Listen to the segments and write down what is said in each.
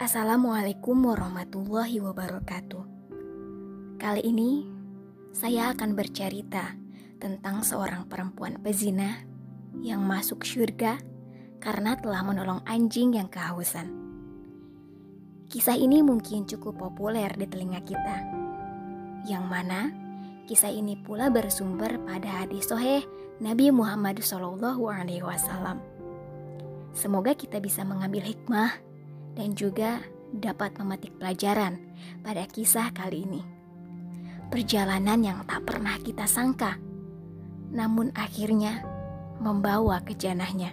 Assalamualaikum warahmatullahi wabarakatuh. Kali ini saya akan bercerita tentang seorang perempuan pezina yang masuk syurga karena telah menolong anjing yang kehausan. Kisah ini mungkin cukup populer di telinga kita, yang mana kisah ini pula bersumber pada hadis sahih Nabi Muhammad SAW. Semoga kita bisa mengambil hikmah dan juga dapat memetik pelajaran pada kisah kali ini. Perjalanan yang tak pernah kita sangka, namun akhirnya membawa ke jannahnya.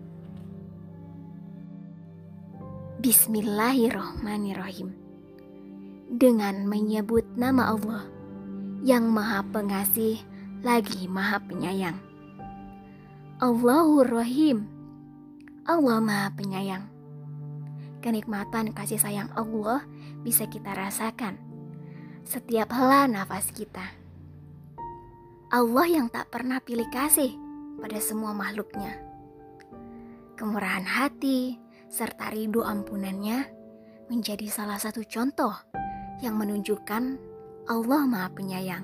Bismillahirrahmanirrahim. Dengan menyebut nama Allah yang Maha Pengasih lagi Maha Penyayang. Allahur Rahim. Allah Maha Penyayang. Kenikmatan kasih sayang Allah bisa kita rasakan setiap hela nafas kita. Allah yang tak pernah pilih kasih pada semua makhluknya. Kemurahan hati serta ridho ampunannya menjadi salah satu contoh yang menunjukkan Allah Maha Penyayang.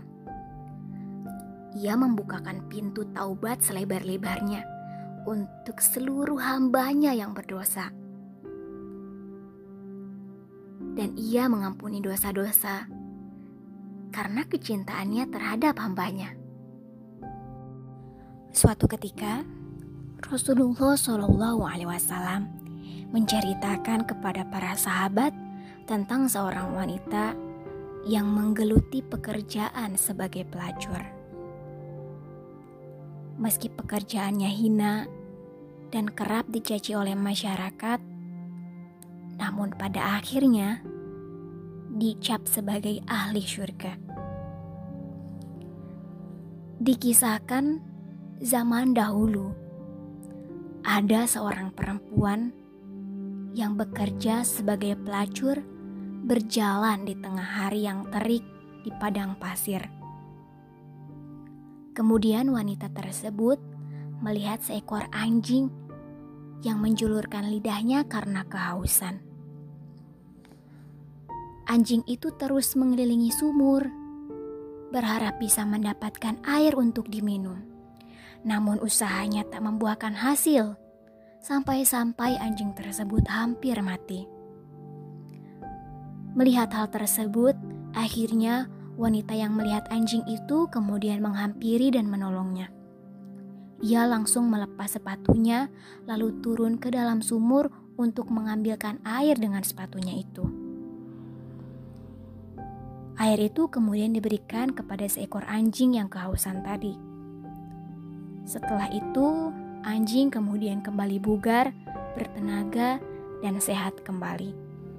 Ia membukakan pintu taubat selebar-lebarnya untuk seluruh hambanya yang berdosa. Dan ia mengampuni dosa-dosa karena kecintaannya terhadap hambanya. Suatu ketika, Rasulullah SAW menceritakan kepada para sahabat tentang seorang wanita yang menggeluti pekerjaan sebagai pelacur. Meski pekerjaannya hina dan kerap dicaci oleh masyarakat, namun pada akhirnya dicap sebagai ahli syurga. Dikisahkan zaman dahulu ada seorang perempuan yang bekerja sebagai pelacur berjalan di tengah hari yang terik di padang pasir. Kemudian wanita tersebut melihat seekor anjing yang menjulurkan lidahnya karena kehausan. Anjing itu terus mengelilingi sumur, berharap bisa mendapatkan air untuk diminum. Namun usahanya tak membuahkan hasil, sampai-sampai anjing tersebut hampir mati. Melihat hal tersebut, akhirnya wanita yang melihat anjing itu kemudian menghampiri dan menolongnya. Ia langsung melepas sepatunya, lalu turun ke dalam sumur untuk mengambilkan air dengan sepatunya itu. Air itu kemudian diberikan kepada seekor anjing yang kehausan tadi. Setelah itu, anjing kemudian kembali bugar, bertenaga, dan sehat kembali.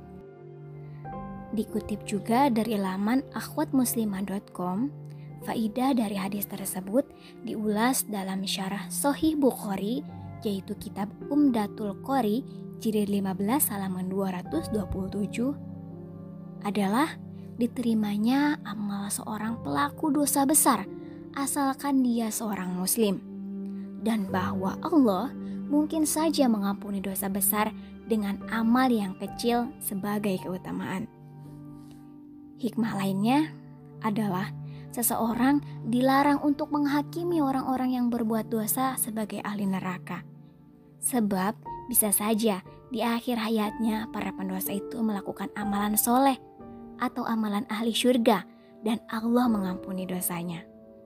Dikutip juga dari laman akhwatmuslimah.com, faidah dari hadis tersebut diulas dalam syarah Sahih Bukhari, yaitu kitab Umdatul Qori jilid 15 halaman 227, adalah diterimanya amal seorang pelaku dosa besar asalkan dia seorang muslim, dan bahwa Allah mungkin saja mengampuni dosa besar dengan amal yang kecil sebagai keutamaan. Hikmah lainnya adalah seseorang dilarang untuk menghakimi orang-orang yang berbuat dosa sebagai ahli neraka. Sebab bisa saja di akhir hayatnya para pendosa itu melakukan amalan soleh atau amalan ahli syurga dan Allah mengampuni dosanya.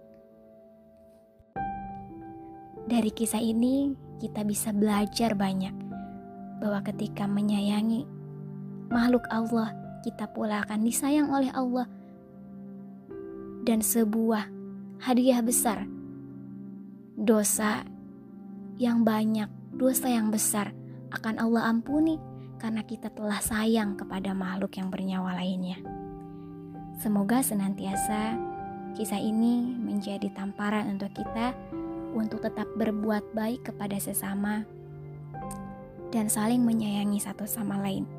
Dari kisah ini kita bisa belajar banyak bahwa ketika menyayangi makhluk Allah, kita pula akan disayang oleh Allah. Dan sebuah hadiah besar, dosa yang banyak, dosa yang besar akan Allah ampuni karena kita telah sayang kepada makhluk yang bernyawa lainnya. Semoga senantiasa kisah ini menjadi tamparan untuk kita untuk tetap berbuat baik kepada sesama dan saling menyayangi satu sama lain.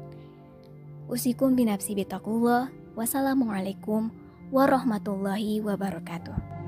Usikum binafsi bitaqullah. Wassalamualaikum warahmatullahi wabarakatuh.